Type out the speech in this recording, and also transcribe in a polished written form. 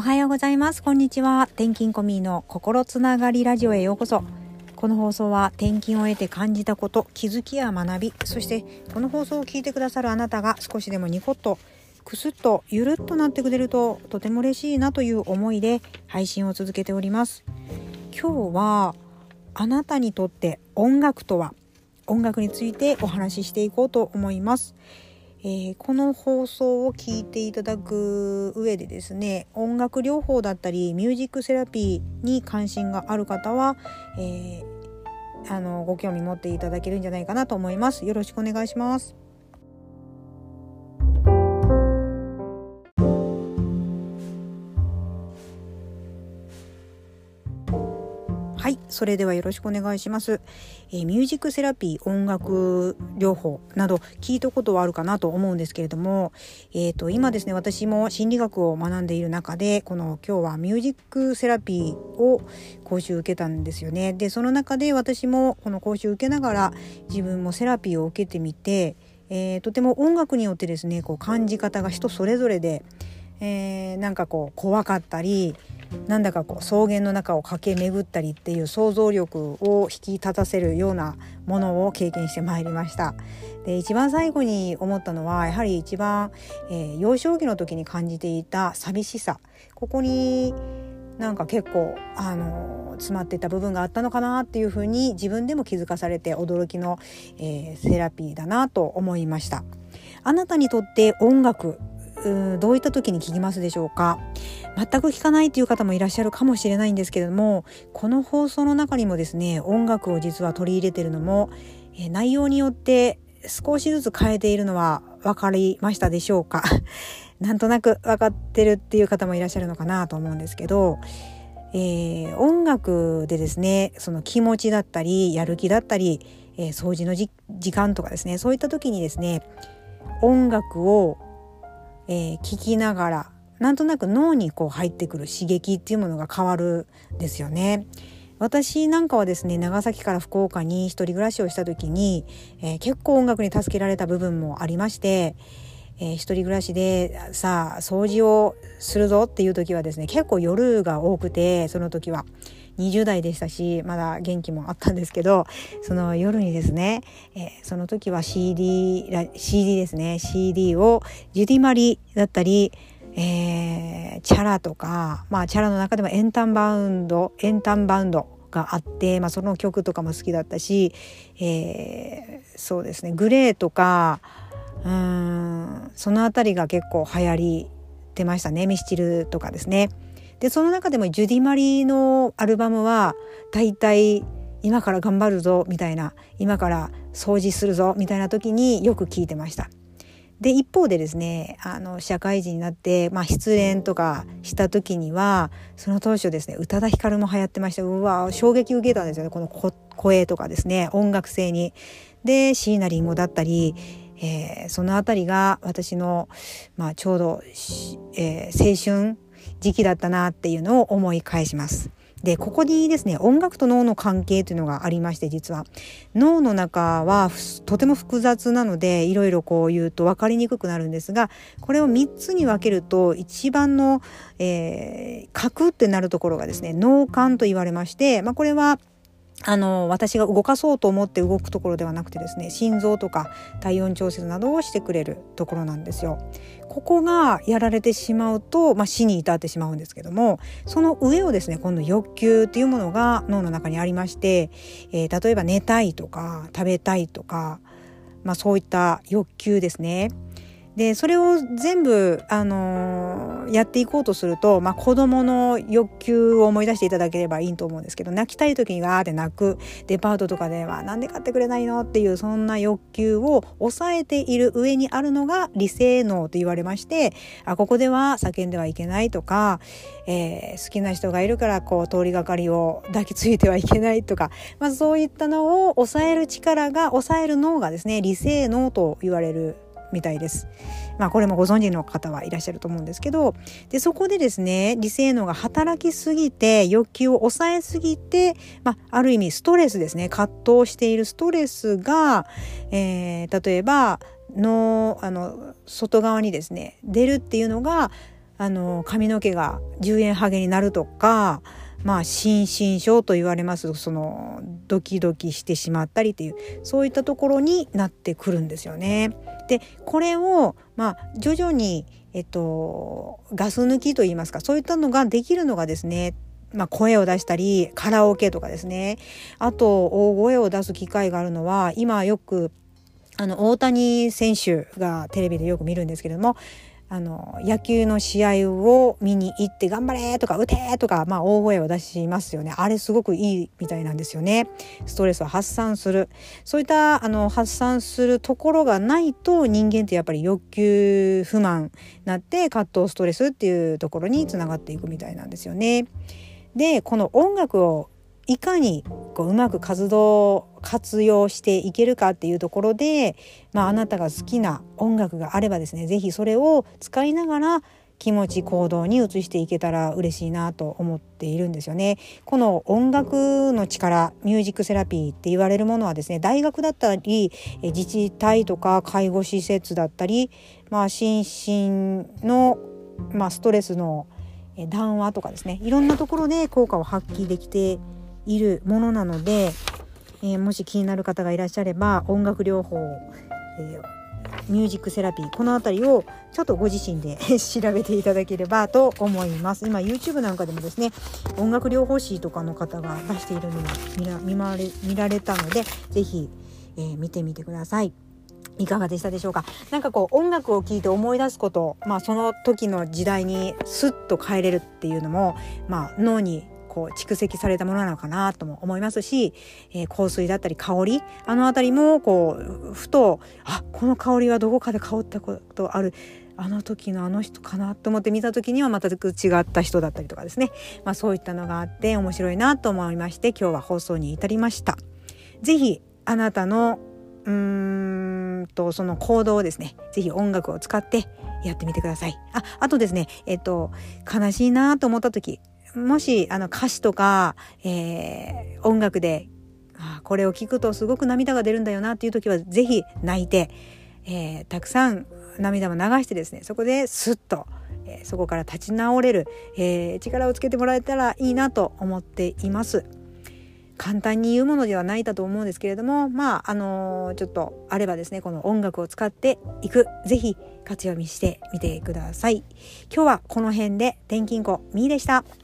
はようございます。こんにちは。転勤コミの心つながりラジオへようこそ。この放送は転勤を得て感じたこと、気づきや学び、そしてこの放送を聞いてくださるあなたが少しでもニコッとクスッとゆるっとなってくれるととても嬉しいなという思いで配信を続けております。今日はあなたにとって音楽とは、音楽についてお話ししていこうと思います。この放送を聞いていただく上でですね、音楽療法だったりミュージックセラピーに関心がある方は、ご興味持っていただけるんじゃないかなと思います。よろしくお願いします。はい、それではよろしくお願いします。ミュージックセラピー、音楽療法など聞いたことはあるかなと思うんですけれども、今ですね、私も心理学を学んでいる中で、今日はミュージックセラピーを講習受けたんですよね。で、その中で私もこの講習受けながら自分もセラピーを受けてみて、とても音楽によってですね、感じ方が人それぞれで、怖かったり、なんだか草原の中を駆け巡ったりっていう想像力を引き立たせるようなものを経験してまいりました。で、一番最後に思ったのはやはり一番、幼少期の時に感じていた寂しさ、ここに結構詰まっていた部分があったのかなっていうふうに自分でも気づかされて驚きの、セラピーだなと思いました。あなたにとって音楽どういった時に聞きますでしょうか。全く聞かないという方もいらっしゃるかもしれないんですけれども、この放送の中にもですね、音楽を実は取り入れているのも、内容によって少しずつ変えているのは分かりましたでしょうか。なんとなく分かってるっていう方もいらっしゃるのかなと思うんですけど、音楽でですね、その気持ちだったりやる気だったり、掃除の時間とかですね、そういった時にですね、音楽を聞きながらなんとなく脳に入ってくる刺激っていうものが変わるんですよね。私なんかはですね、長崎から福岡に一人暮らしをした時に、結構音楽に助けられた部分もありまして、一人暮らしでさあ掃除をするぞっていう時はですね、結構夜が多くて、その時は20代でしたし、まだ元気もあったんですけど、その夜にですね、その時は CD ですね、 CD をジュディマリだったり、チャラとか、チャラの中でもエンタンバウンドがあって、その曲とかも好きだったし、そうですね、グレーとかそのあたりが結構流行りてましたね。ミスチルとかですね。で、その中でもジュディマリのアルバムはだいたい今から頑張るぞみたいな、今から掃除するぞみたいな時によく聴いてました。で、一方でですね、社会人になって、失恋とかした時には、その当初ですね、宇多田ヒカルも流行ってました。うわ、衝撃受けたんですよね、この声とかですね、音楽性に。で、椎名林檎だったり、そのあたりが私の、ちょうど、青春時期だったなっていうのを思い返します。で、ここにですね、音楽と脳の関係というのがありまして、実は脳の中はとても複雑なので、いろいろ言うと分かりにくくなるんですが、これを3つに分けると一番の、カクってなるところがですね、脳幹と言われまして、これは私が動かそうと思って動くところではなくてですね、心臓とか体温調節などをしてくれるところなんですよ。ここがやられてしまうと、死に至ってしまうんですけども、その上をですね、今度欲求っていうものが脳の中にありまして、例えば寝たいとか食べたいとか、そういった欲求ですね。で、それを全部、やっていこうとすると、子供の欲求を思い出していただければいいと思うんですけど、泣きたい時にわーって泣く、デパートとかではなんで買ってくれないのっていう、そんな欲求を抑えている上にあるのが理性脳と言われまして、ここでは叫んではいけないとか、好きな人がいるから通りがかりを抱きついてはいけないとか、そういったのを抑える脳がですね、理性脳と言われるみたいです。これもご存知の方はいらっしゃると思うんですけど、で、そこでですね、理性脳が働きすぎて、欲求を抑えすぎて、ある意味ストレスですね、葛藤しているストレスが、例えば外側にですね出るっていうのが髪の毛が10円ハゲになるとか、心身症と言われます、そのドキドキしてしまったりっていう、そういったところになってくるんですよね。でこれを徐々に、ガス抜きといいますか、そういったのができるのがですね、声を出したりカラオケとかですね、あと大声を出す機会があるのは、今よく大谷選手がテレビでよく見るんですけれども、野球の試合を見に行って頑張れとか打てとか、大声を出しますよね。あれすごくいいみたいなんですよね。ストレスを発散する、そういった発散するところがないと、人間ってやっぱり欲求不満になって葛藤ストレスっていうところにつながっていくみたいなんですよね。でこの音楽をいかにうまく活用していけるかっていうところで、あなたが好きな音楽があればですね、ぜひそれを使いながら気持ち行動に移していけたら嬉しいなと思っているんですよね。この音楽の力、ミュージックセラピーって言われるものはですね、大学だったり自治体とか介護施設だったり、心身の、ストレスの談話とかですね、いろんなところで効果を発揮できているものなので、もし気になる方がいらっしゃれば、音楽療法、ミュージックセラピー、このあたりをちょっとご自身で調べていただければと思います。今 YouTube なんかでもですね、音楽療法士とかの方が出しているのを見られたので、ぜひ、見てみてください。いかがでしたでしょうか。音楽を聴いて思い出すこと、その時の時代にスッと変えれるっていうのも、脳に蓄積されたものなのかなとも思いますし、香水だったり香り、あたりもふとこの香りはどこかで香ったことある、あの時のあの人かなと思って見た時にはまた違った人だったりとかですね、そういったのがあって面白いなと思いまして、今日は放送に至りました。ぜひあなたのその行動をですね、ぜひ音楽を使ってやってみてください。あとですね、悲しいなと思った時、もし歌詞とか、音楽でこれを聞くとすごく涙が出るんだよなっていう時は、ぜひ泣いて、たくさん涙を流してですね、そこでスッと、そこから立ち直れる、力をつけてもらえたらいいなと思っています。簡単に言うものではないだと思うんですけれども、ちょっとあればですね、この音楽を使っていく、ぜひ活用してみてください。今日はこの辺で、転勤子みーでした。